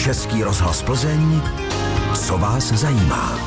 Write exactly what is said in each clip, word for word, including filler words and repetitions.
Český rozhlas Plzeň. Co vás zajímá?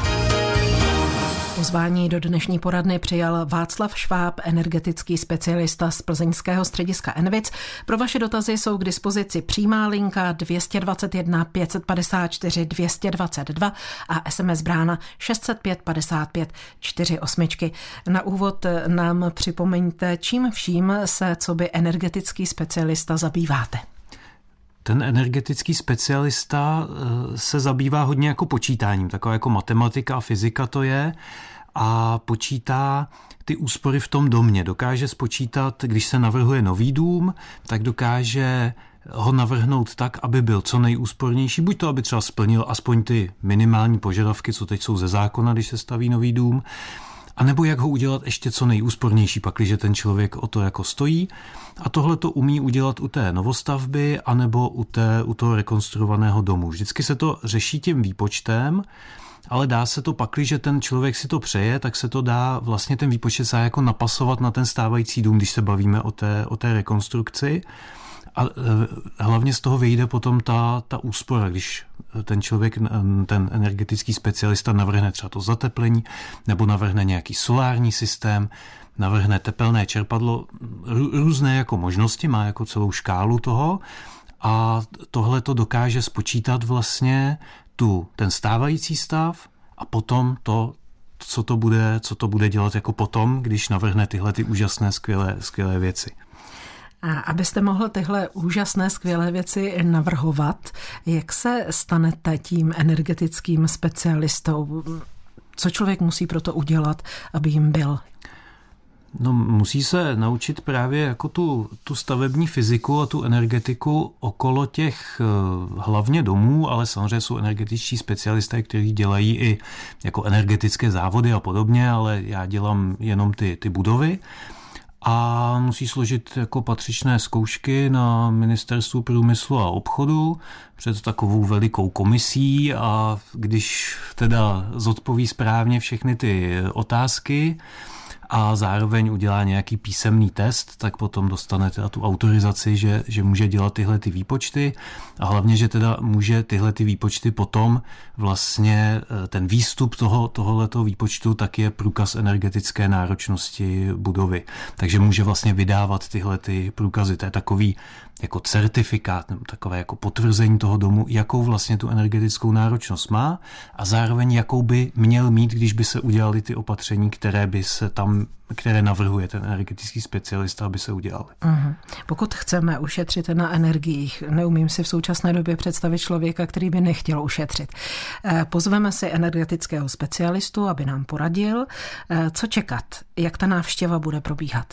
Pozvání do dnešní poradny přijal Václav Šváb, energetický specialista z plzeňského střediska Envic. Pro vaše dotazy jsou k dispozici přímá linka dvě dva jedna pět pět čtyři dvě dvacet dva a es em es brána šest set pět padesát pět čtyřicet osm. Na úvod nám připomeňte, čím vším se coby energetický specialista zabýváte. Ten energetický specialista se zabývá hodně jako počítáním, taková jako matematika a fyzika to je, a počítá ty úspory v tom domě. Dokáže spočítat, když se navrhuje nový dům, tak dokáže ho navrhnout tak, aby byl co nejúspornější, buď to, aby třeba splnil aspoň ty minimální požadavky, co teď jsou ze zákona, když se staví nový dům, a nebo jak ho udělat ještě co nejúspornější, pakliže ten člověk o to jako stojí. A tohle to umí udělat u té novostavby anebo u, té, u toho rekonstruovaného domu. Vždycky se to řeší tím výpočtem, ale dá se to pakliže ten člověk si to přeje, tak se to dá vlastně ten výpočet se jako napasovat na ten stávající dům, když se bavíme o té, o té rekonstrukci. A hlavně z toho vyjde potom ta, ta úspora, když ten člověk, ten energetický specialista navrhne třeba to zateplení, nebo navrhne nějaký solární systém, navrhne tepelné čerpadlo, různé jako možnosti, má jako celou škálu toho, a tohle to dokáže spočítat vlastně tu, ten stávající stav a potom to, co to bude, co to bude dělat jako potom, když navrhne tyhle ty úžasné, skvělé, skvělé věci. A abyste mohl tyhle úžasné, skvělé věci navrhovat, jak se stanete tím energetickým specialistou? Co člověk musí pro to udělat, aby jim byl? No, musí se naučit právě jako tu, tu stavební fyziku a tu energetiku okolo těch hlavně domů, ale samozřejmě jsou energetičtí specialisté, kteří dělají i jako energetické závody a podobně, ale já dělám jenom ty, ty budovy. A musí složit jako patřičné zkoušky na Ministerstvu průmyslu a obchodu před takovou velikou komisí, a když teda zodpoví správně všechny ty otázky a zároveň udělá nějaký písemný test, tak potom dostane teda tu autorizaci, že, že může dělat tyhle ty výpočty, a hlavně, že teda může tyhle ty výpočty potom vlastně ten výstup toho, tohohletoho výpočtu tak je průkaz energetické náročnosti budovy. Takže může vlastně vydávat tyhle ty průkazy. To je takový jako certifikát, nebo takové jako potvrzení toho domu, jakou vlastně tu energetickou náročnost má a zároveň jakou by měl mít, když by se udělaly ty opatření, které by se tam, které navrhuje ten energetický specialista, aby se udělaly. Uh-huh. Pokud chceme ušetřit na energiích, neumím si v současné době představit člověka, který by nechtěl ušetřit. Pozveme si energetického specialistu, aby nám poradil, co čekat, jak ta návštěva bude probíhat.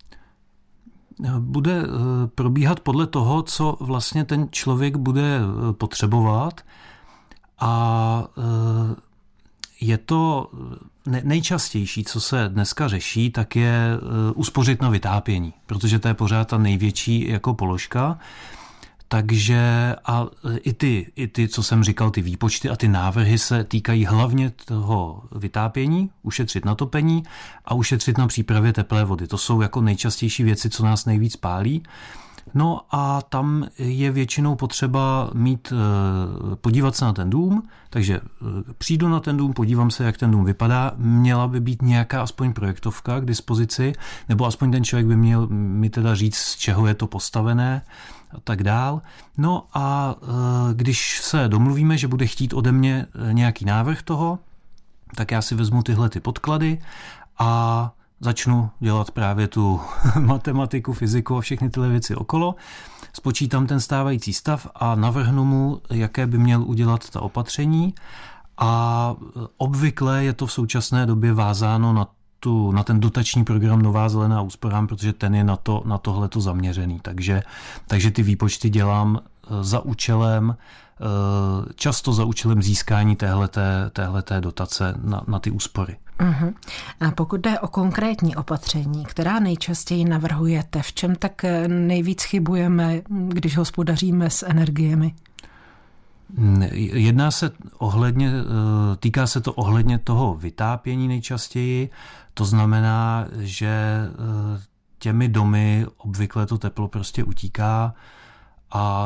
Bude probíhat podle toho, co vlastně ten člověk bude potřebovat, a je to nejčastější, co se dneska řeší, tak je uspořit na vytápění, protože to je pořád ta největší jako položka. Takže a i ty, i ty, co jsem říkal, ty výpočty a ty návrhy se týkají hlavně toho vytápění, ušetřit na topení a ušetřit na přípravě teplé vody. To jsou jako nejčastější věci, co nás nejvíc pálí. No a tam je většinou potřeba mít, podívat se na ten dům, takže přijdu na ten dům, podívám se, jak ten dům vypadá, měla by být nějaká aspoň projektovka k dispozici, nebo aspoň ten člověk by měl mi teda říct, z čeho je to postavené a tak dál. No a když se domluvíme, že bude chtít ode mě nějaký návrh toho, tak já si vezmu tyhle ty podklady a začnu dělat právě tu matematiku, fyziku a všechny tyhle věci okolo. Spočítám ten stávající stav a navrhnu mu, jaké by měl udělat ta opatření, a obvykle je to v současné době vázáno na Tu, na ten dotační program Nová zelená úsporám, protože ten je na, to, na tohleto zaměřený. Takže, takže ty výpočty dělám za účelem, často za účelem získání téhleté, téhleté dotace na, na ty úspory. Uh-huh. A pokud jde o konkrétní opatření, která nejčastěji navrhujete, v čem tak nejvíc chybujeme, když hospodaříme s energiemi? Jedná se ohledně, týká se to ohledně toho vytápění nejčastěji, to znamená, že těmi domy obvykle to teplo prostě utíká a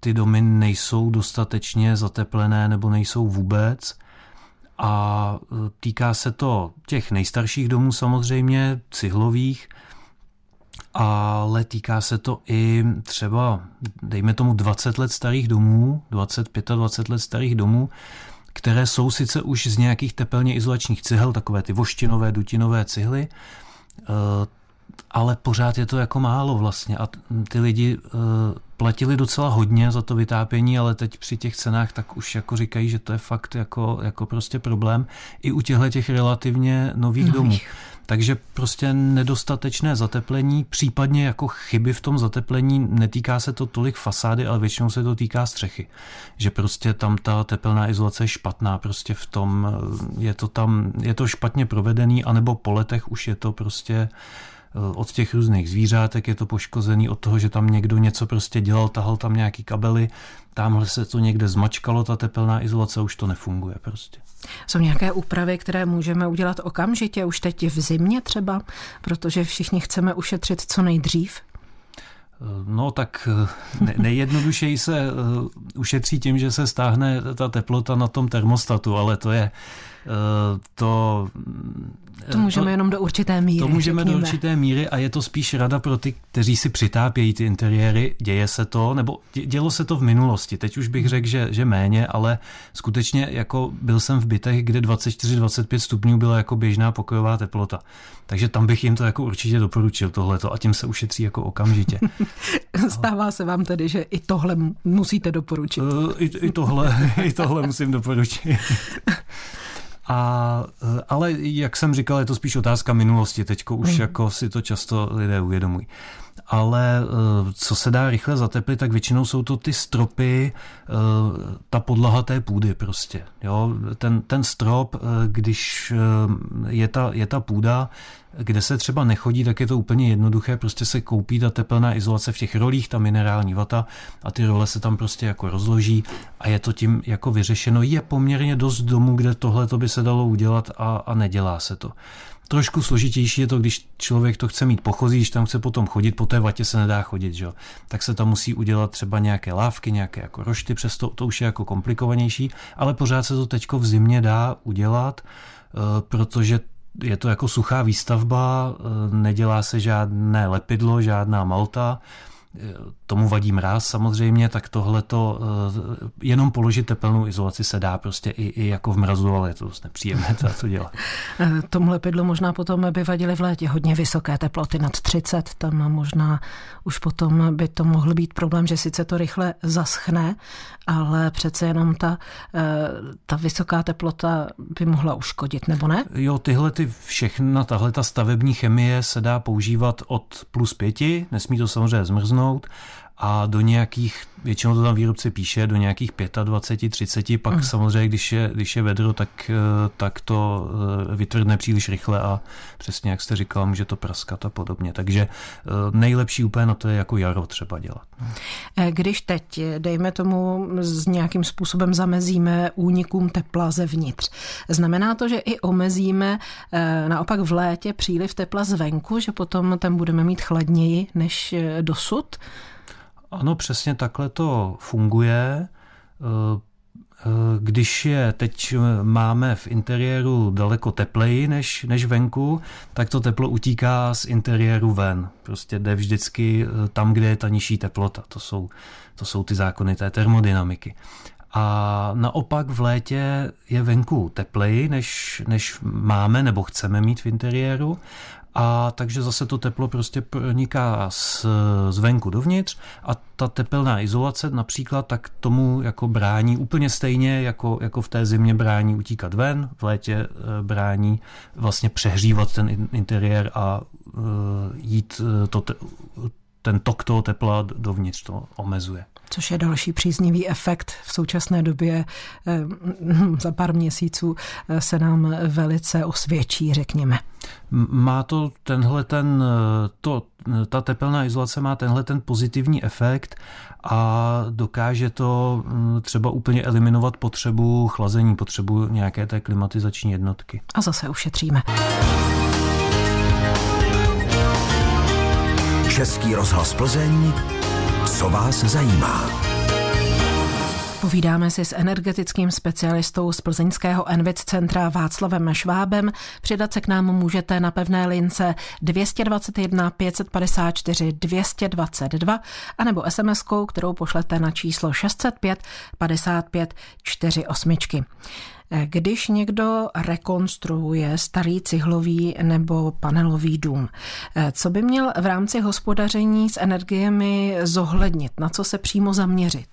ty domy nejsou dostatečně zateplené nebo nejsou vůbec. A týká se to těch nejstarších domů samozřejmě, cihlových, ale týká se to i třeba, dejme tomu, dvacet let starých domů, dvacet, dvacet pět let starých domů, které jsou sice už z nějakých tepelně izolačních cihel, takové ty voštinové, dutinové cihly, ale pořád je to jako málo vlastně a ty lidi platili docela hodně za to vytápění, ale teď při těch cenách tak už jako říkají, že to je fakt jako, jako prostě problém i u těchto těch relativně nových domů. Takže prostě nedostatečné zateplení, případně jako chyby v tom zateplení, netýká se to tolik fasády, ale většinou se to týká střechy. Že prostě tam ta tepelná izolace je špatná, prostě v tom, je to tam, je to špatně provedený, anebo po letech už je to prostě od těch různých zvířátek, je to poškozený od toho, že tam někdo něco prostě dělal, tahal tam nějaký kabely, tamhle se to někde zmačkalo, ta tepelná izolace, už to nefunguje prostě. Jsou nějaké úpravy, které můžeme udělat okamžitě, už teď v zimě třeba, protože všichni chceme ušetřit co nejdřív? No tak ne, nejjednodušeji se ušetří tím, že se stáhne ta teplota na tom termostatu, ale to je to... To můžeme to, jenom do určité míry. To můžeme řekněme. do určité míry a je to spíš rada pro ty, kteří si přitápějí ty interiéry. Děje se to, nebo dělo se to v minulosti. Teď už bych řekl, že, že méně, ale skutečně jako byl jsem v bytech, kde dvacet čtyři dvacet pět stupňů byla jako běžná pokojová teplota. Takže tam bych jim to jako určitě doporučil tohleto a tím se ušetří jako okamžitě. Stává se vám tedy, že i tohle musíte doporučit? I, i, tohle, i tohle musím doporučit. A, ale jak jsem říkal, je to spíš otázka minulosti. Teďko už mm. jako si to často lidé uvědomují. Ale co se dá rychle zateplit, tak většinou jsou to ty stropy, ta podlaha té půdy prostě. Jo? Ten, ten strop, když je ta, je ta půda, kde se třeba nechodí, tak je to úplně jednoduché, prostě se koupí ta tepelná izolace v těch rolích, ta minerální vata a ty role se tam prostě jako rozloží a je to tím jako vyřešeno. Je poměrně dost domů, kde tohle to by se dalo udělat a, a nedělá se to. Trošku složitější je to, když člověk to chce mít pochozí, když tam chce potom chodit, po té vatě se nedá chodit, že? Tak se tam musí udělat třeba nějaké lávky, nějaké jako rošty, přesto to už je jako komplikovanější, ale pořád se to teďko v zimě dá udělat, protože je to jako suchá výstavba, nedělá se žádné lepidlo, žádná malta, tomu vadí mráz samozřejmě, tak tohleto jenom položit tepelnou izolaci se dá prostě i, i jako v mrazu, ale je to dost nepříjemné to, to dělat. Tomu lepidlu možná potom by vadily v létě hodně vysoké teploty nad třicet, tam možná už potom by to mohl být problém, že sice to rychle zaschne, ale přece jenom ta, ta vysoká teplota by mohla uškodit, nebo ne? Jo, tyhle ty všechna, tahle ta stavební chemie se dá používat od plus pěti, nesmí to samozřejmě zmrznout, a do nějakých, většinou to tam výrobce píše, do nějakých dvacet pět, třicet, pak mm. samozřejmě, když je, když je vedro, tak, tak to vytvrdne příliš rychle a přesně jak jste říkala, může to praskat a podobně. Takže nejlepší úplně na to je jako jaro třeba dělat. Když teď, dejme tomu, s nějakým způsobem zamezíme únikům tepla zevnitř, znamená to, že i omezíme naopak v létě příliv tepla zvenku, že potom tam budeme mít chladněji než dosud? Ano, přesně takhle to funguje. Když je teď máme v interiéru daleko tepleji než, než venku, tak to teplo utíká z interiéru ven. Prostě jde vždycky tam, kde je ta nižší teplota. To jsou, to jsou ty zákony té termodynamiky. A naopak v létě je venku tepleji, než, než máme nebo chceme mít v interiéru. A takže zase to teplo prostě proniká z, zvenku dovnitř a ta tepelná izolace například tak tomu jako brání úplně stejně, jako, jako v té zimě brání utíkat ven, v létě brání vlastně přehřívat ten interiér a uh, jít to, ten tok toho tepla dovnitř to omezuje. Což je další příznivý efekt. V současné době za pár měsíců se nám velice osvědčí, řekněme. Má to tenhle ten, to, ta tepelná izolace má tenhle ten pozitivní efekt a dokáže to třeba úplně eliminovat potřebu chlazení, potřebu nějaké té klimatizační jednotky. A zase ušetříme. Český rozhlas Plzeň, co vás zajímá. Povídáme si s energetickým specialistou z plzeňského Envic centra Václavem Švábem. Přidat se k nám můžete na pevné lince dvě dva jedna pět pět čtyři dvě dva dva anebo es em eskou, kterou pošlete na číslo šest set pět padesát pět čtyřicet osm. Když někdo rekonstruuje starý cihlový nebo panelový dům, co by měl v rámci hospodaření s energiemi zohlednit, na co se přímo zaměřit?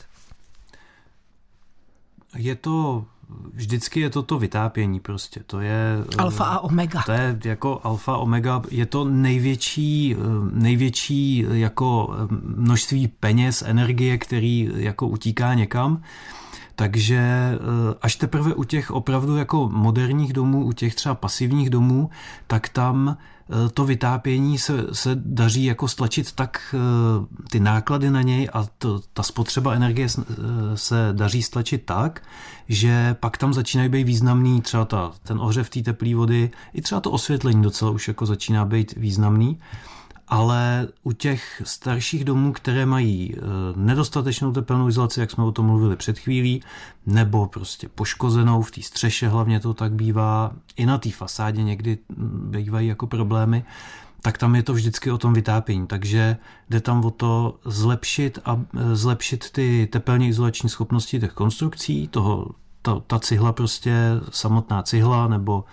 Je to, vždycky je to to vytápění prostě, to je... Alfa a omega. To je jako alfa omega, je to největší, největší jako množství peněz, energie, který jako utíká někam. Takže až teprve u těch opravdu jako moderních domů, u těch třeba pasivních domů, tak tam to vytápění se, se daří jako stlačit tak ty náklady na něj a to, ta spotřeba energie se daří stlačit tak, že pak tam začínají být významný třeba ta, ten ohřev té teplé vody, i třeba to osvětlení docela už jako začíná být významný. Ale u těch starších domů, které mají nedostatečnou tepelnou izolaci, jak jsme o tom mluvili před chvílí, nebo prostě poškozenou v té střeše, hlavně to tak bývá, i na té fasádě někdy bývají jako problémy, tak tam je to vždycky o tom vytápění. Takže jde tam o to zlepšit a zlepšit ty tepelně izolační schopnosti těch konstrukcí, toho, ta, ta cihla prostě, samotná cihla, nebo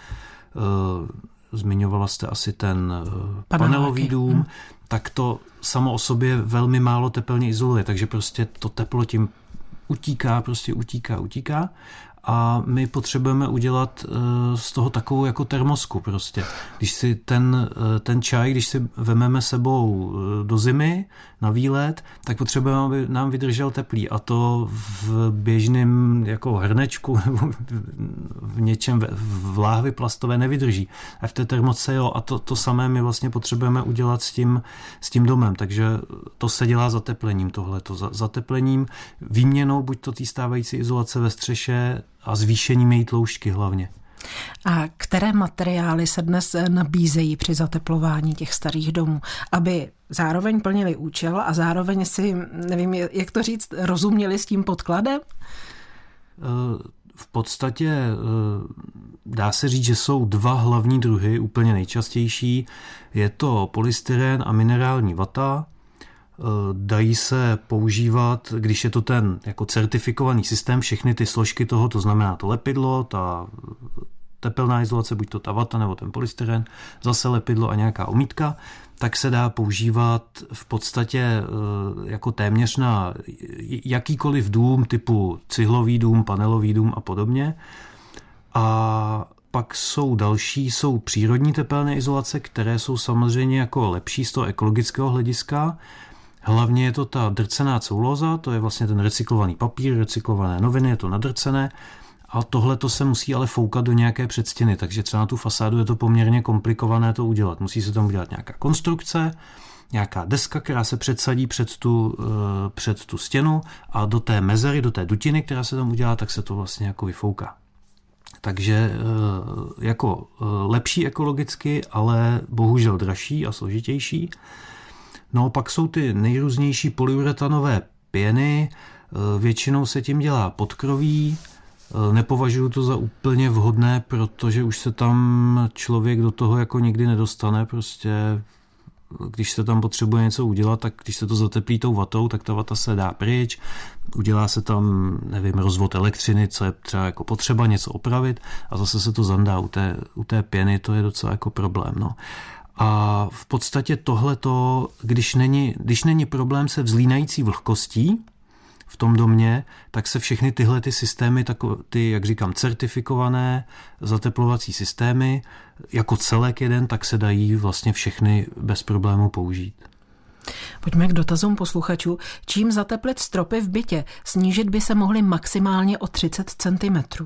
zmiňovala jste asi ten panelový, panelový dům, hmm. tak to samo o sobě velmi málo tepelně izoluje, takže prostě to teplo tím utíká, prostě utíká, utíká a my potřebujeme udělat z toho takovou jako termosku prostě. Když si ten, ten čaj, když si vememe sebou do zimy na výlet, tak potřebujeme, aby nám vydržel teplý a to v běžném jako hrnečku nebo v něčem v láhvi plastové nevydrží. A v té termosce jo, a to, to samé my vlastně potřebujeme udělat s tím, s tím domem, takže to se dělá zateplením tohleto, zateplením, výměnou buď to té stávající izolace ve střeše a zvýšením její tloušťky hlavně. A které materiály se dnes nabízejí při zateplování těch starých domů, aby zároveň plnili účel a zároveň si, nevím, jak to říct, rozuměli s tím podkladem? V podstatě dá se říct, že jsou dva hlavní druhy, úplně nejčastější. Je to polystyren a minerální vata. Dají se používat, když je to ten jako certifikovaný systém, všechny ty složky toho, to znamená to lepidlo, ta tepelná izolace, buď to ta vata nebo ten polystyren, zase lepidlo a nějaká omítka, tak se dá používat v podstatě jako téměř na jakýkoliv dům typu cihlový dům, panelový dům a podobně. A pak jsou další, jsou přírodní tepelné izolace, které jsou samozřejmě jako lepší z toho ekologického hlediska. Hlavně je to ta drcená celulóza, to je vlastně ten recyklovaný papír, recyklované noviny, je to nadrcené a tohle to se musí ale foukat do nějaké předstěny, takže třeba na tu fasádu je to poměrně komplikované to udělat. Musí se tam udělat nějaká konstrukce, nějaká deska, která se předsadí před tu, před tu stěnu a do té mezery, do té dutiny, která se tam udělá, tak se to vlastně jako vyfouká. Takže jako lepší ekologicky, ale bohužel dražší a složitější. No pak jsou ty nejrůznější polyuretanové pěny, většinou se tím dělá podkroví, nepovažuji to za úplně vhodné, protože už se tam člověk do toho jako nikdy nedostane, prostě když se tam potřebuje něco udělat, tak když se to zateplí tou vatou, tak ta vata se dá pryč, udělá se tam, nevím, rozvod elektřiny, co je třeba jako potřeba něco opravit a zase se to zandá u té, u té pěny, to je docela jako problém, no. A v podstatě tohleto, když není, když není problém se vzlínající vlhkostí v tom domě, tak se všechny tyhle ty systémy, ty, jak říkám, certifikované zateplovací systémy, jako celek jeden, tak se dají vlastně všechny bez problému použít. Pojďme k dotazům posluchačů. Čím zateplit stropy v bytě? Snížit by se mohly maximálně o třicet centimetrů.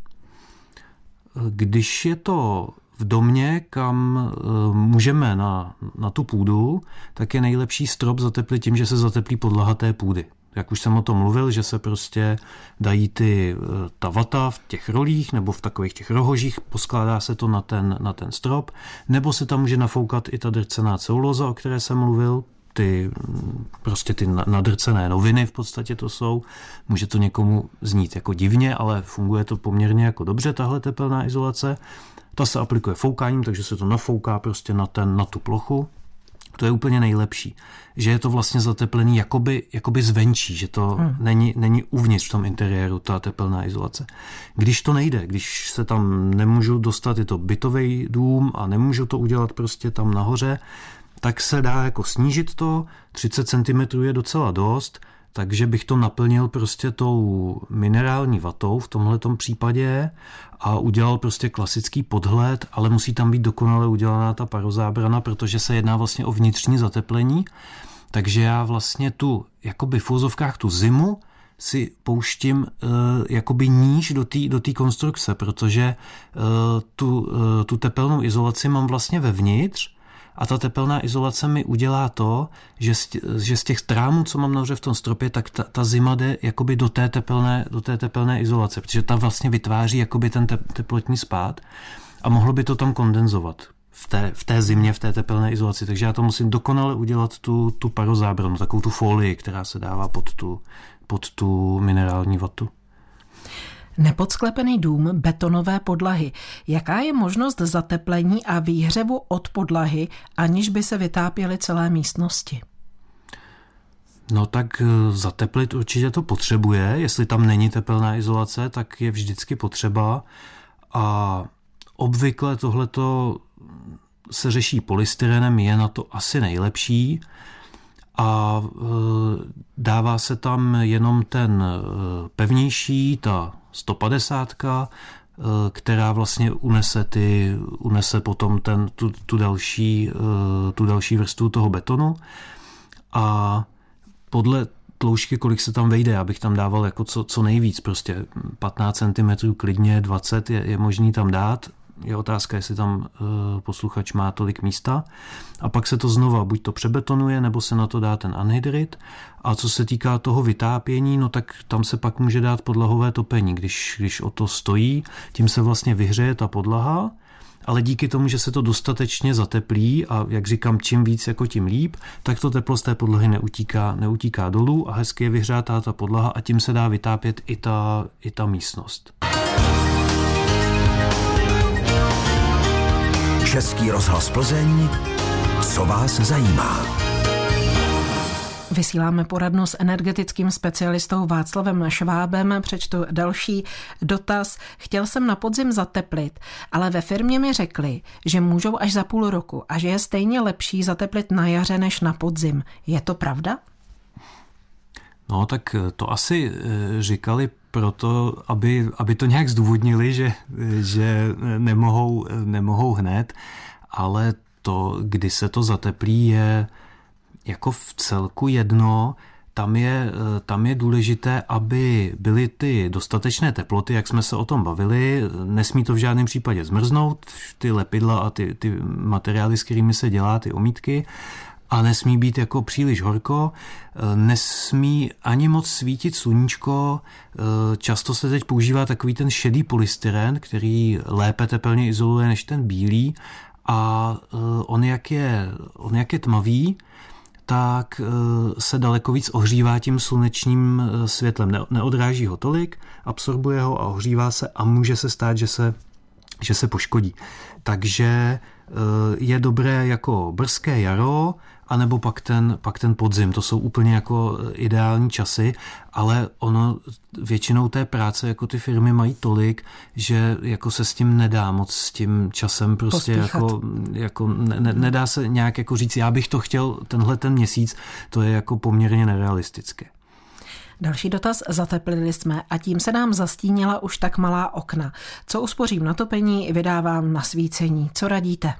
Když je to v domě, kam můžeme na, na tu půdu, tak je nejlepší strop zateplit tím, že se zateplí podlaha té půdy. Jak už jsem o tom mluvil, že se prostě dají ty, ta vata v těch rolích nebo v takových těch rohožích, poskládá se to na ten, na ten strop, nebo se tam může nafoukat i ta drcená celulóza, o které jsem mluvil, ty, prostě ty nadrcené noviny v podstatě to jsou. Může to někomu znít jako divně, ale funguje to poměrně jako dobře, tahle tepelná izolace. Ta se aplikuje foukáním, takže se to nafouká prostě na, ten, na tu plochu. To je úplně nejlepší. Že je to vlastně zateplený jakoby, jakoby zvenčí, že to hmm. není, není uvnitř v tom interiéru ta tepelná izolace. Když to nejde, když se tam nemůžu dostat, je to bytový dům a nemůžu to udělat prostě tam nahoře, tak se dá jako snížit to, třicet centimetrů je docela dost, takže bych to naplnil prostě tou minerální vatou v tomhletom případě a udělal prostě klasický podhled, ale musí tam být dokonale udělaná ta parozábrana, protože se jedná vlastně o vnitřní zateplení, takže já vlastně tu, jakoby v úzovkách tu zimu si pouštím e, jakoby níž do té do té konstrukce, protože e, tu, e, tu tepelnou izolaci mám vlastně vevnitř. A ta tepelná izolace mi udělá to, že z, že z těch strámů, co mám nahoře v tom stropě, tak ta, ta zima jde jakoby do té tepelné, do té tepelné izolace, protože ta vlastně vytváří jakoby ten te, teplotní spád a mohlo by to tam kondenzovat v té, v té zimě, v té tepelné izolaci. Takže já to musím dokonale udělat tu, tu parozábranu, takovou tu folii, která se dává pod tu, pod tu minerální vatu. Nepodsklepený dům, betonové podlahy. Jaká je možnost zateplení a výhřevu od podlahy, aniž by se vytápěly celé místnosti? No tak zateplit určitě to potřebuje. Jestli tam není tepelná izolace, tak je vždycky potřeba. A obvykle tohleto se řeší polystyrenem, je na to asi nejlepší. A dává se tam jenom ten pevnější, ta sto padesát, která vlastně unese, ty, unese potom ten, tu, tu, další, tu další vrstvu toho betonu. A podle tloušťky, kolik se tam vejde, abych tam dával jako co, co nejvíc, prostě patnáct centimetrů, klidně dvacet je, je možný tam dát. Je otázka, jestli tam e, posluchač má tolik místa. A pak se to znova buď to přebetonuje, nebo se na to dá ten anhydrit. A co se týká toho vytápění, no tak tam se pak může dát podlahové topení. Když, když o to stojí, tím se vlastně vyhřeje ta podlaha, ale díky tomu, že se to dostatečně zateplí a jak říkám, čím víc, jako tím líp, tak to teplo z té podlahy neutíká, neutíká dolů a hezky je vyhřátá ta podlaha a tím se dá vytápět i ta, i ta místnost. Český rozhlas Plzeň, co vás zajímá. Vysíláme poradnu s energetickým specialistou Václavem Švábem. Přečtu další dotaz. Chtěl jsem na podzim zateplit, ale ve firmě mi řekli, že můžou až za půl roku a že je stejně lepší zateplit na jaře než na podzim. Je to pravda? No tak to asi říkali proto, aby, aby to nějak zdůvodnili, že, že nemohou, nemohou hned, ale to, kdy se to zateplí, je jako v celku jedno. Tam je, tam je důležité, aby byly ty dostatečné teploty, jak jsme se o tom bavili. Nesmí to v žádném případě zmrznout, ty lepidla a ty, ty materiály, s kterými se dělá, ty omítky. A nesmí být jako příliš horko, nesmí ani moc svítit sluníčko. Často se teď používá takový ten šedý polystyren, který lépe tepelně izoluje než ten bílý. A on jak je, on jak je tmavý, tak se daleko víc ohřívá tím slunečním světlem. Neodráží ho tolik, absorbuje ho a ohřívá se a může se stát, že se, že se poškodí. Takže je dobré jako brzké jaro, anebo pak ten, pak ten podzim. To jsou úplně jako ideální časy, ale ono většinou té práce jako ty firmy mají tolik, že jako se s tím nedá moc s tím časem prostě jako, jako ne, nedá se nějak jako říct, já bych to chtěl tenhle ten měsíc, to je jako poměrně nerealistické. Další dotaz. Zateplili jsme a tím se nám zastínila už tak malá okna. Co uspořím na topení, vydávám na svícení. Co radíte?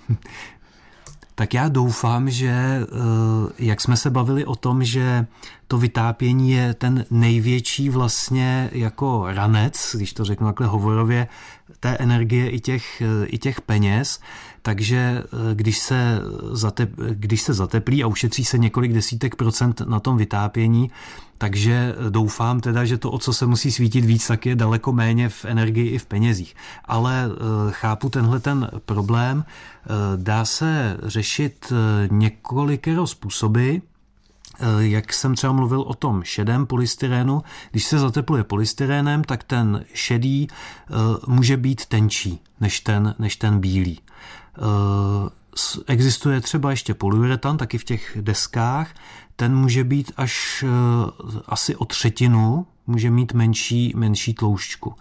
Tak já doufám, že jak jsme se bavili o tom, že to vytápění je ten největší vlastně jako ranec, když to řeknu takhle hovorově, té energie i těch, i těch peněz, takže když se, zatep, když se zateplí a ušetří se několik desítek procent na tom vytápění, Takže doufám teda, že to, o co se musí svítit víc, tak je daleko méně v energii i v penězích. Ale chápu tenhle ten problém. Dá se řešit několikero způsoby. Jak jsem třeba mluvil o tom šedém polystyrénu, když se zatepluje polystyrénem, tak ten šedý může být tenčí než ten, než ten bílý. Existuje třeba ještě polyuretan, taky v těch deskách. Ten může být až asi o třetinu, může mít menší, menší tloušťku.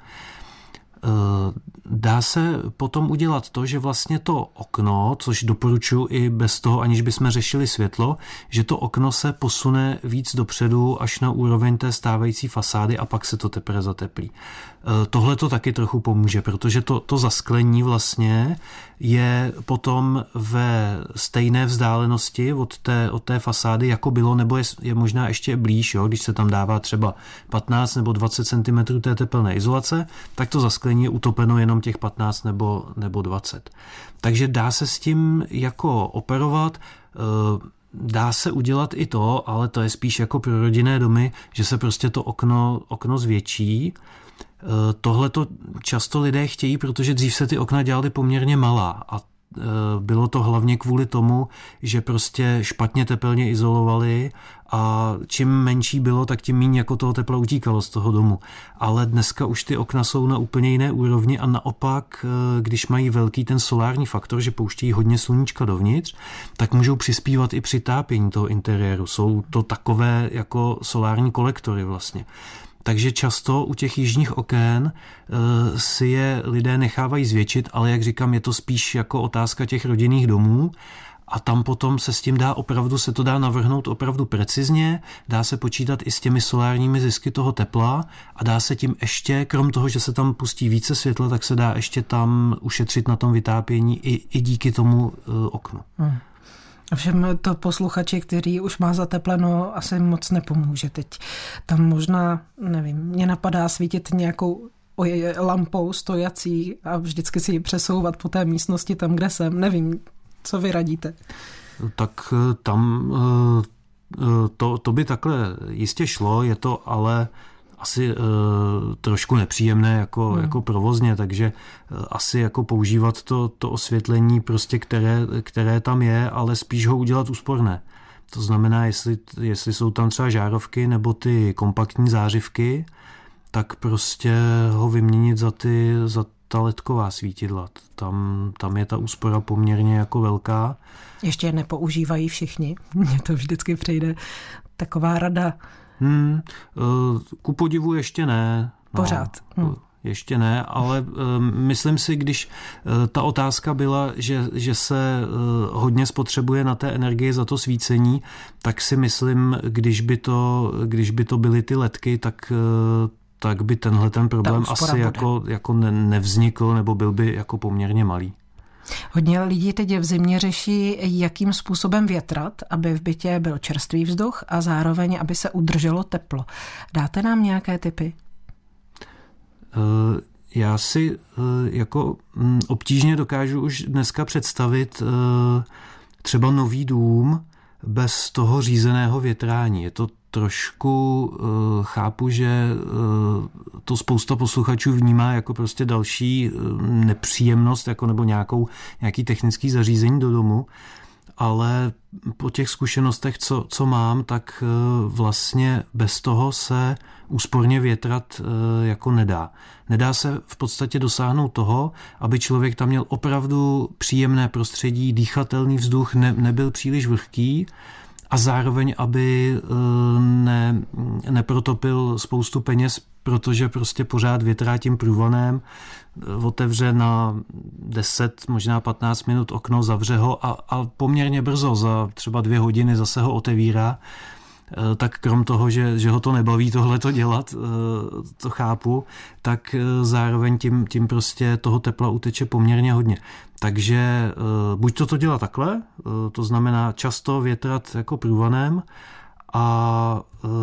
Dá se potom udělat to, že vlastně to okno, což doporučuji i bez toho, aniž bychom řešili světlo, že to okno se posune víc dopředu až na úroveň té stávající fasády a pak se to teprve zateplí. Tohle to taky trochu pomůže, protože to, to zasklení vlastně je potom ve stejné vzdálenosti od té, od té fasády, jako bylo, nebo je, je možná ještě blíž, jo? Když se tam dává třeba patnáct nebo dvacet centimetrů té tepelné izolace, tak to zasklení je utopeno jenom těch patnáct nebo, nebo dvacet. Takže dá se s tím jako operovat. Dá se udělat i to, ale to je spíš jako pro rodinné domy, že se prostě to okno, okno zvětší. Tohle to často lidé chtějí, protože dřív se ty okna dělaly poměrně malá a bylo to hlavně kvůli tomu, že prostě špatně tepelně izolovali a čím menší bylo, tak tím méně jako toho tepla utíkalo z toho domu. Ale dneska už ty okna jsou na úplně jiné úrovni a naopak, když mají velký ten solární faktor, že pouštějí hodně sluníčka dovnitř, tak můžou přispívat i při tápění toho interiéru. Jsou to takové jako solární kolektory vlastně. Takže často u těch jižních okén e, si je lidé nechávají zvětšit, ale jak říkám, je to spíš jako otázka těch rodinných domů a tam potom se s tím dá opravdu, se to dá navrhnout opravdu precizně, dá se počítat i s těmi solárními zisky toho tepla a dá se tím ještě, krom toho, že se tam pustí více světla, tak se dá ještě tam ušetřit na tom vytápění i, i díky tomu e, oknu. Hmm. Všem to posluchači, který už má zatepleno, asi moc nepomůže teď. Tam možná, nevím, mě napadá svítit nějakou lampou stojací a vždycky si ji přesouvat po té místnosti tam, kde jsem. Nevím, co vy radíte? Tak tam to, to by takhle jistě šlo, je to ale asi e, trošku nepříjemné jako, hmm. jako provozně, takže e, asi jako používat to, to osvětlení, prostě, které, které tam je, ale spíš ho udělat úsporné. To znamená, jestli, jestli jsou tam třeba žárovky nebo ty kompaktní zářivky, tak prostě ho vyměnit za, ty, za ta ledková svítidla. Tam, tam je ta úspora poměrně jako velká. Ještě je nepoužívají všichni. Mně to vždycky přijde taková rada. Hmm, ku podivu ještě ne. No, pořád. Hmm. Ještě ne, ale myslím si, když ta otázka byla, že, že se hodně spotřebuje na té energii za to svícení, tak si myslím, když by to, když by to byly ty ledky, tak, tak by tenhle ten problém asi jako, jako nevznikl nebo byl by jako poměrně malý. Hodně lidí teď v zimě řeší, jakým způsobem větrat, aby v bytě byl čerstvý vzduch a zároveň, aby se udrželo teplo. Dáte nám nějaké tipy? Já si jako obtížně dokážu už dneska představit třeba nový dům bez toho řízeného větrání. Je to trošku, chápu, že to spousta posluchačů vnímá jako prostě další nepříjemnost jako nebo nějakou, nějaký technický zařízení do domu, ale po těch zkušenostech, co, co mám, tak vlastně bez toho se úsporně větrat jako nedá. Nedá se v podstatě dosáhnout toho, aby člověk tam měl opravdu příjemné prostředí, dýchatelný vzduch, ne, nebyl příliš vlhký, a zároveň, aby ne, neprotopil spoustu peněz, protože prostě pořád větrá tím průvanem, otevře na deset, možná patnáct minut okno, zavře ho a, a poměrně brzo, za třeba dvě hodiny zase ho otevírá. Tak krom toho, že, že ho to nebaví tohleto dělat, to chápu, tak zároveň tím, tím prostě toho tepla uteče poměrně hodně. Takže buď to to dělá takhle, to znamená často větrat jako průvanem a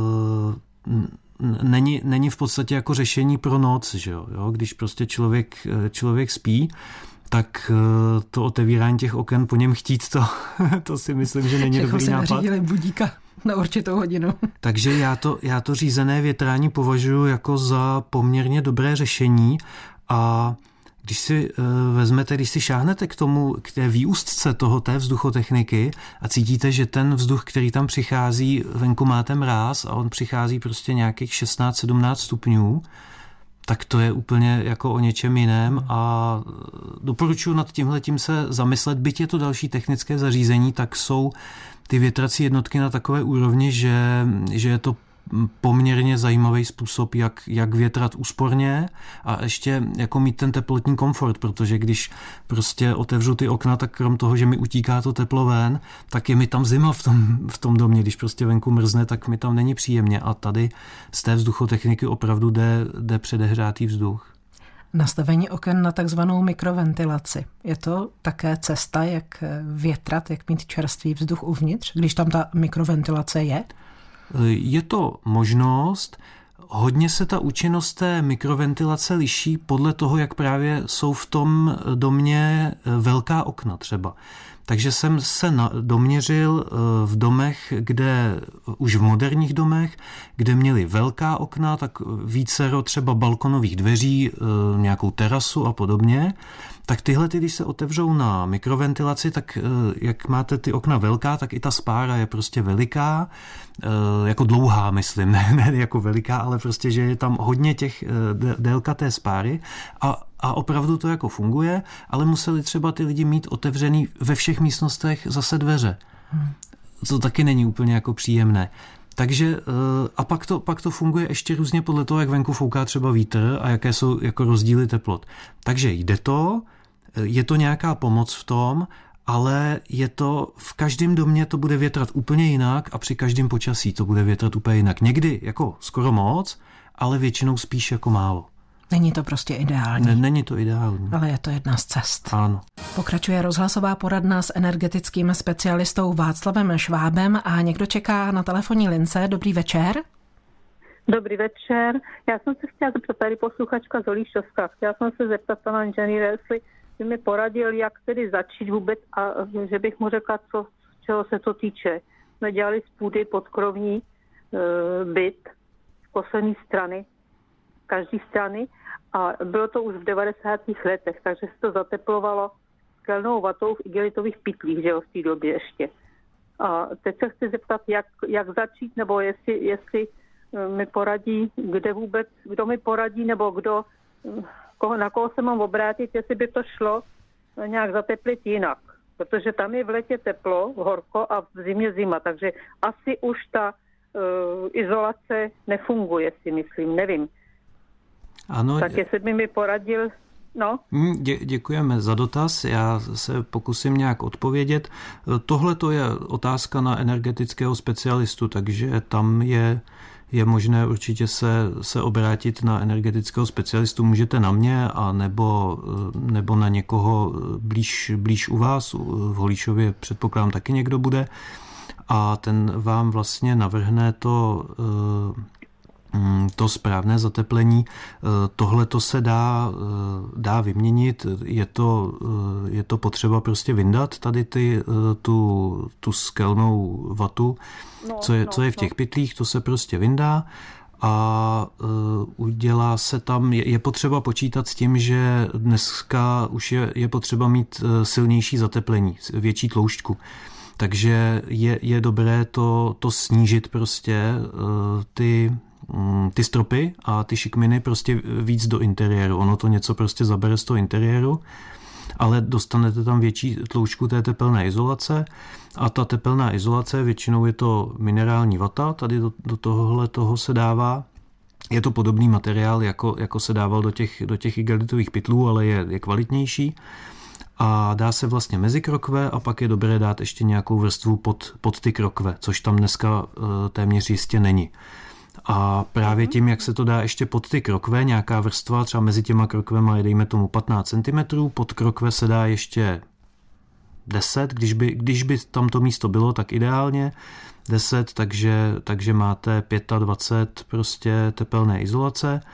není, není v podstatě jako řešení pro noc, že jo? Když prostě člověk, člověk spí, tak to otevírání těch oken po něm chtít, to, to si myslím, že není Všechno dobrý si nápad. nařídili budíka. Na určitou hodinu. Takže já to, já to řízené větrání považuji jako za poměrně dobré řešení a když si uh, vezmete, když si šáhnete k tomu, k té výústce toho, té vzduchotechniky a cítíte, že ten vzduch, který tam přichází, venku máte mráz a on přichází prostě nějakých šestnáct sedmnáct stupňů, tak to je úplně jako o něčem jiném a doporučuji nad tímhletím se zamyslet, byť je to další technické zařízení, tak jsou ty větrací jednotky na takové úrovni, že, že je to poměrně zajímavý způsob, jak, jak větrat úsporně a ještě jako mít ten teplotní komfort, protože když prostě otevřu ty okna, tak krom toho, že mi utíká to teplo ven, tak je mi tam zima v tom, v tom domě. Když prostě venku mrzne, tak mi tam není příjemně a tady z té vzduchotechniky opravdu jde, jde předehřátý vzduch. Nastavení oken na takzvanou mikroventilaci. Je to také cesta, jak větrat, jak mít čerstvý vzduch uvnitř, když tam ta mikroventilace je? Je to možnost, hodně se ta účinnost té mikroventilace liší podle toho, jak právě jsou v tom domě velká okna třeba. Takže jsem se doměřil v domech, kde, už v moderních domech, kde měli velká okna, tak vícero třeba balkonových dveří, nějakou terasu a podobně. Tak tyhle, když se otevřou na mikroventilaci, tak jak máte ty okna velká, tak i ta spára je prostě veliká, jako dlouhá, myslím, ne, ne jako veliká, ale prostě, že je tam hodně těch délka té spáry a, a opravdu to jako funguje, ale museli třeba ty lidi mít otevřený ve všech místnostech zase dveře. Hmm. To taky není úplně jako příjemné. Takže a pak to, pak to funguje ještě různě podle toho, jak venku fouká třeba vítr a jaké jsou jako rozdíly teplot. Takže jde to, je to nějaká pomoc v tom, ale je to, v každém domě to bude větrat úplně jinak a při každém počasí to bude větrat úplně jinak. Někdy jako skoro moc, ale většinou spíš jako málo. Není to prostě ideální. Ne, není to ideální. Ale je to jedna z cest. Ano. Pokračuje rozhlasová poradna s energetickým specialistou Václavem Švábem a někdo čeká na telefonní lince. Dobrý večer. Dobrý večer. Já jsem se chtěla zeptat, tady posluchačka z Olíšovska, chtěla jsem se zeptat pana inženýra, jestli by mi poradil, jak tedy začít vůbec a že bych mu řekla, co, čeho se to týče. Jsme dělali z půdy podkrovní e, byt z poslední strany, každý strany a bylo to už v devadesátých letech, takže se to zateplovalo skelnou vatou v igelitových pytlích, že jo, v té době ještě. A teď se chci zeptat, jak, jak začít, nebo jestli, jestli mi poradí, kde vůbec, kdo mi poradí, nebo kdo, koho, na koho se mám obrátit, jestli by to šlo nějak zateplit jinak. Protože tam je v létě teplo, horko a v zimě zima, takže asi už ta uh, izolace nefunguje, si myslím, nevím. Ano, tak jestli by mi poradil, no. Dě, děkujeme za dotaz, já se pokusím nějak odpovědět. Tohle to je otázka na energetického specialistu, takže tam je je možné určitě se, se obrátit na energetického specialistu. Můžete na mě a nebo, nebo na někoho blíž, blíž u vás. V Holíšově předpokládám taky někdo bude. A ten vám vlastně navrhne to, to správné zateplení. Tohle to se dá, dá vyměnit. Je to, je to potřeba prostě vyndat tady ty, tu, tu skelnou vatu, no, co, je, no, co je v těch no. pytlích, to se prostě vyndá a uh, udělá se tam, je, je potřeba počítat s tím, že dneska už je, je potřeba mít uh, silnější zateplení, větší tloušťku. Takže je, je dobré to, to snížit prostě uh, ty ty stropy a ty šikminy prostě víc do interiéru. Ono to něco prostě zabere z toho interiéru, ale dostanete tam větší tloušťku té tepelné izolace a ta tepelná izolace, většinou je to minerální vata, tady do, do tohohle toho se dává. Je to podobný materiál, jako, jako se dával do těch, do těch igelitových pytlů, ale je, je kvalitnější. A dá se vlastně mezi krokve a pak je dobré dát ještě nějakou vrstvu pod, pod ty krokve, což tam dneska uh, téměř jistě není. A právě tím, jak se to dá ještě pod ty krokve, nějaká vrstva, třeba mezi těma krokvema je dejme tomu patnáct centimetrů, pod krokve se dá ještě deset, když by, když by tam to místo bylo, tak ideálně deset, takže, takže máte dvacet pět prostě tepelné izolace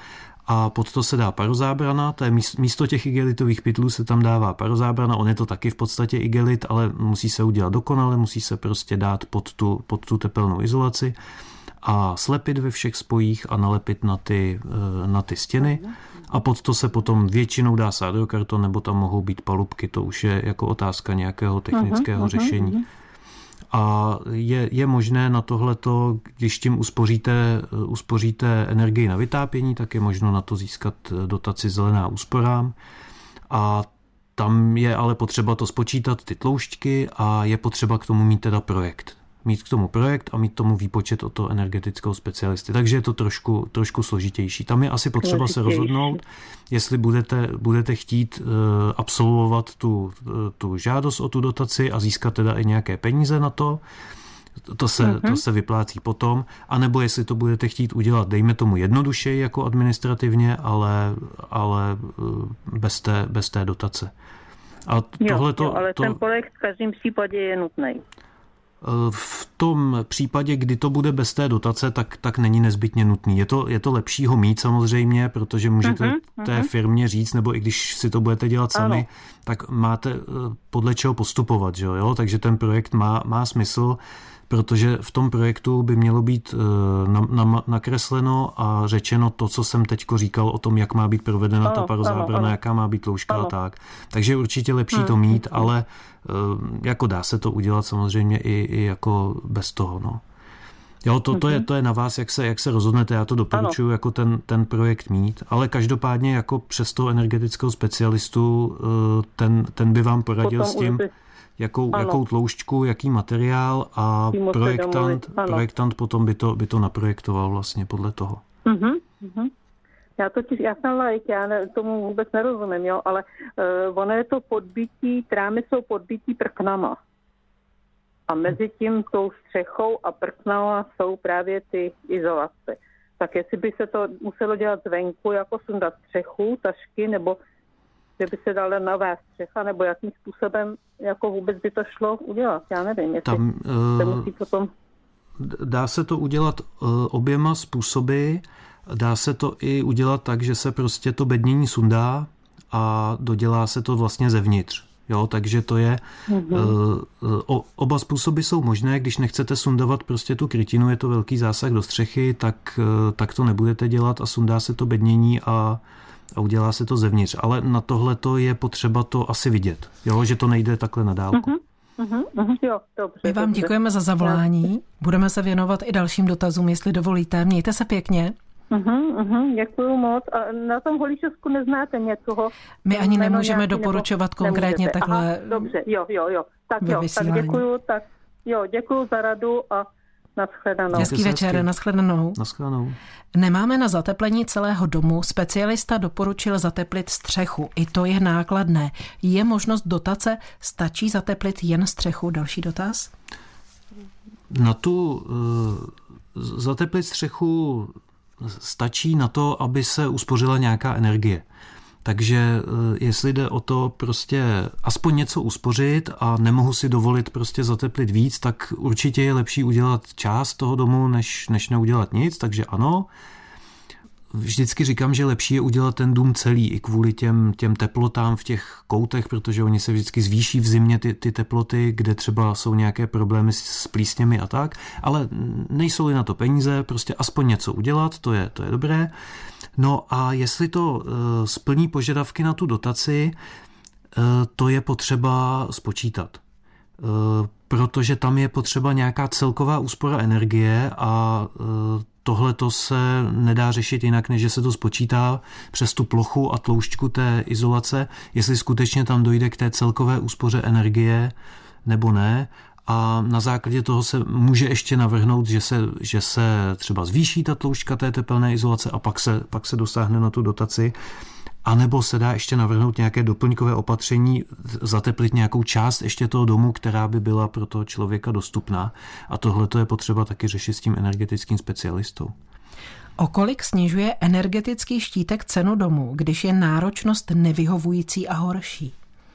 a pod to se dá parozábrana, to je místo těch igelitových pytlů se tam dává parozábrana, on je to taky v podstatě igelit, ale musí se udělat dokonale, musí se prostě dát pod tu, pod tu tepelnou izolaci a slepit ve všech spojích a nalepit na ty, na ty stěny a pod to se potom většinou dá sádrokarton nebo tam mohou být palubky, to už je jako otázka nějakého technického uh-huh, řešení. Uh-huh. A je, je možné na tohleto, když tím uspoříte, uspoříte energii na vytápění, tak je možno na to získat dotaci Zelená úsporám. A tam je ale potřeba to spočítat, ty tloušťky, a je potřeba k tomu mít teda projekt. Mít k tomu projekt a mít tomu výpočet od toho energetického specialisty. Takže je to trošku, trošku složitější. Tam je asi potřeba se rozhodnout, jestli budete, budete chtít uh, absolvovat tu, tu žádost o tu dotaci a získat teda i nějaké peníze na to. To se, uh-huh. to se vyplácí potom. A nebo jestli to budete chtít udělat, dejme tomu jednodušeji jako administrativně, ale, ale bez té, bez té dotace. A tohleto, jo, jo, ale to, ten projekt v každém případě je nutný. V tom případě, kdy to bude bez té dotace, tak, tak není nezbytně nutný. Je to, je to lepší ho mít samozřejmě, protože můžete uh-huh, té uh-huh. firmě říct, nebo i když si to budete dělat sami, ano. tak máte podle čeho postupovat. Že jo? Takže ten projekt má, má smysl, protože v tom projektu by mělo být na, na, nakresleno a řečeno to, co jsem teďko říkal o tom, jak má být provedena ano, ta parozábrana, jaká má být tloušťka a tak. Takže je určitě lepší hmm. to mít, ale jako dá se to udělat samozřejmě i, i jako bez toho. No. Jo, to, to, je, to je na vás, jak se, jak se rozhodnete, já to doporučuji jako ten, ten projekt mít, ale každopádně jako přes toho energetického specialistu ten, ten by vám poradil Potom s tím, Jakou, jakou tloušťku, jaký materiál a projektant, projektant potom by to, by to naprojektoval vlastně podle toho. Uh-huh, uh-huh. Já totiž, já jsem laik, já ne, tomu vůbec nerozumím, jo, ale uh, ono je to podbití, trámy jsou podbití prknama. A mezi tím tou střechou a prknama jsou právě ty izolace. Tak jestli by se to muselo dělat zvenku, jako sundat střechu, tašky, nebo že by se dala nová střecha, nebo jakým způsobem jako vůbec by to šlo udělat. Já nevím, jestli Tam, uh, se musí potom... Dá se to udělat uh, oběma způsoby. Dá se to i udělat tak, že se prostě to bednění sundá a dodělá se to vlastně zevnitř. Jo, takže to je... Mm-hmm. Uh, oba způsoby jsou možné. Když nechcete sundovat prostě tu krytinu, je to velký zásah do střechy, tak, uh, tak to nebudete dělat a sundá se to bednění a a udělá se to zevnitř. Ale na tohle to je potřeba to asi vidět, jo, že to nejde takhle na dálku. Uh-huh, uh-huh, uh-huh, jo, dobře, My vám dobře. děkujeme za zavolání. Budeme se věnovat i dalším dotazům, jestli dovolíte. Mějte se pěkně. Uh-huh, uh-huh, děkuju moc. A na tom Holičovsku neznáte někoho? My ani nemůžeme doporučovat konkrétně nemůžete. takhle. Aha, dobře, jo, jo, jo. Tak jo, tak děkuju, tak jo, děkuju za radu a naschledanou. Hezký večer, naschledanou. Naschledanou. Nemáme na zateplení celého domu. Specialista doporučil zateplit střechu. I to je nákladné. Je možnost dotace? Stačí zateplit jen střechu? Další dotaz? Na tu uh, zateplit střechu stačí na to, aby se uspořila nějaká energie. Takže jestli jde o to prostě aspoň něco uspořit a nemohu si dovolit prostě zateplit víc, tak určitě je lepší udělat část toho domu, než, než neudělat nic, takže ano. Vždycky říkám, že lepší je udělat ten dům celý i kvůli těm, těm teplotám v těch koutech, protože oni se vždycky zvýší v zimě ty, ty teploty, kde třeba jsou nějaké problémy s plísněmi a tak, ale nejsou-li na to peníze, prostě aspoň něco udělat, to je, to je dobré. No a jestli to uh, splní požadavky na tu dotaci, uh, to je potřeba spočítat. Uh, protože tam je potřeba nějaká celková úspora energie a uh, tohle to se nedá řešit jinak, než že se to spočítá přes tu plochu a tloušťku té izolace, jestli skutečně tam dojde k té celkové úspoře energie nebo ne. A na základě toho se může ještě navrhnout, že se, že se třeba zvýší ta tloušťka té tepelné izolace a pak se, pak se dosáhne na tu dotaci. A nebo se dá ještě navrhnout nějaké doplňkové opatření, zateplit nějakou část ještě toho domu, která by byla pro toho člověka dostupná. A tohle to je potřeba taky řešit s tím energetickým specialistou. O kolik snižuje energetický štítek cenu domu, když je náročnost nevyhovující a horší?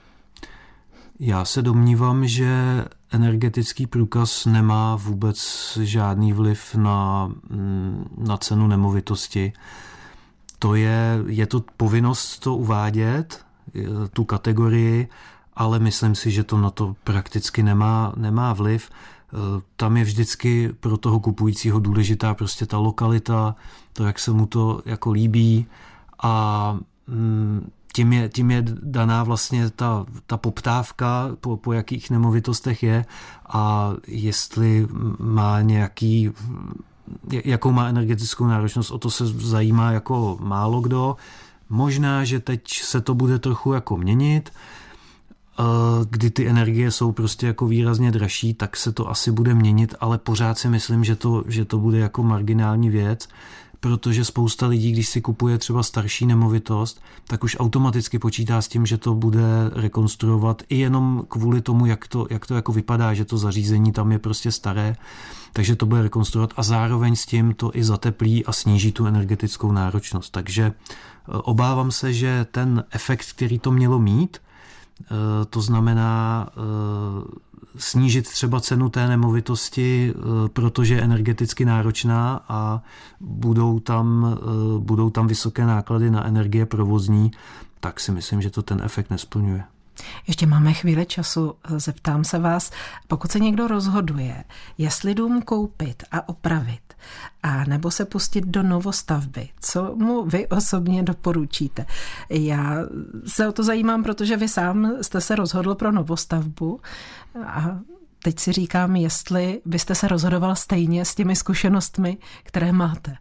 Já se domnívám, že energetický průkaz nemá vůbec žádný vliv na, na cenu nemovitosti. to je, je to povinnost to uvádět, tu kategorii, ale myslím si, že to na to prakticky nemá, nemá vliv. Tam je vždycky pro toho kupujícího důležitá prostě ta lokalita, to, jak se mu to jako líbí a tím je, tím je daná vlastně ta, ta poptávka, po, po jakých nemovitostech je a jestli má nějaký, jakou má energetickou náročnost, o to se zajímá jako málo kdo. Možná, že teď se to bude trochu jako měnit, kdy ty energie jsou prostě jako výrazně dražší, tak se to asi bude měnit, ale pořád si myslím, že to, že to bude jako marginální věc, protože spousta lidí, když si kupuje třeba starší nemovitost, tak už automaticky počítá s tím, že to bude rekonstruovat i jenom kvůli tomu, jak to, jak to jako vypadá, že to zařízení tam je prostě staré, takže to bude rekonstruovat a zároveň s tím to i zateplí a sníží tu energetickou náročnost. Takže obávám se, že ten efekt, který to mělo mít, to znamená snížit třeba cenu té nemovitosti, protože je energeticky náročná a budou tam, budou tam vysoké náklady na energie provozní, tak si myslím, že to ten efekt nesplňuje. Ještě máme chvíli času, zeptám se vás, pokud se někdo rozhoduje, jestli dům koupit a opravit, a nebo se pustit do novostavby, co mu vy osobně doporučíte? Já se o to zajímám, protože vy sám jste se rozhodl pro novostavbu a teď si říkám, jestli byste se rozhodoval stejně s těmi zkušenostmi, které máte.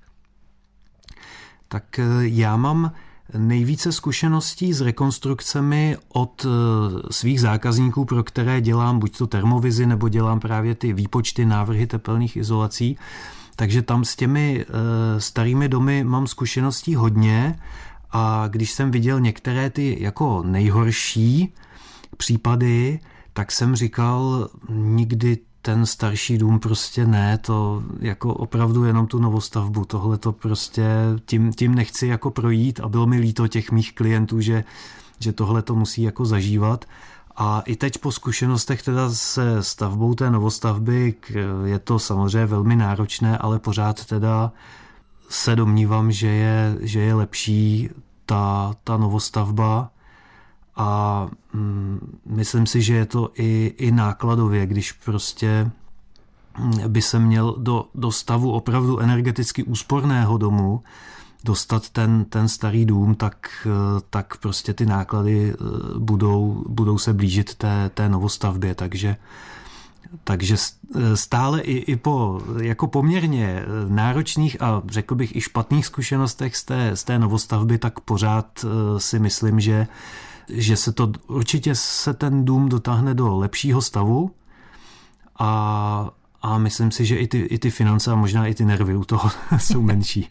Tak já mám nejvíce zkušeností s rekonstrukcemi od svých zákazníků, pro které dělám buď to termovizi, nebo dělám právě ty výpočty, návrhy tepelných izolací. Takže tam s těmi starými domy mám zkušeností hodně a když jsem viděl některé ty jako nejhorší případy, tak jsem říkal, nikdy ten starší dům prostě ne, to jako opravdu jenom tu novostavbu, tohle to prostě tím, tím nechci jako projít a bylo mi líto těch mých klientů, že, že tohle to musí jako zažívat. A i teď po zkušenostech teda se stavbou té novostavby je to samozřejmě velmi náročné, ale pořád teda se domnívám, že je, že je lepší ta, ta novostavba a mm, myslím si, že je to i, i nákladově, když prostě by se měl do, do stavu opravdu energeticky úsporného domu dostat ten, ten starý dům, tak, tak prostě ty náklady budou, budou se blížit té, té novostavbě, takže, takže stále i, i po jako poměrně náročných a řekl bych i špatných zkušenostech z té, z té novostavby, tak pořád si myslím, že, že se to určitě se ten dům dotáhne do lepšího stavu a, a myslím si, že i ty, i ty finance a možná i ty nervy u toho jsou menší.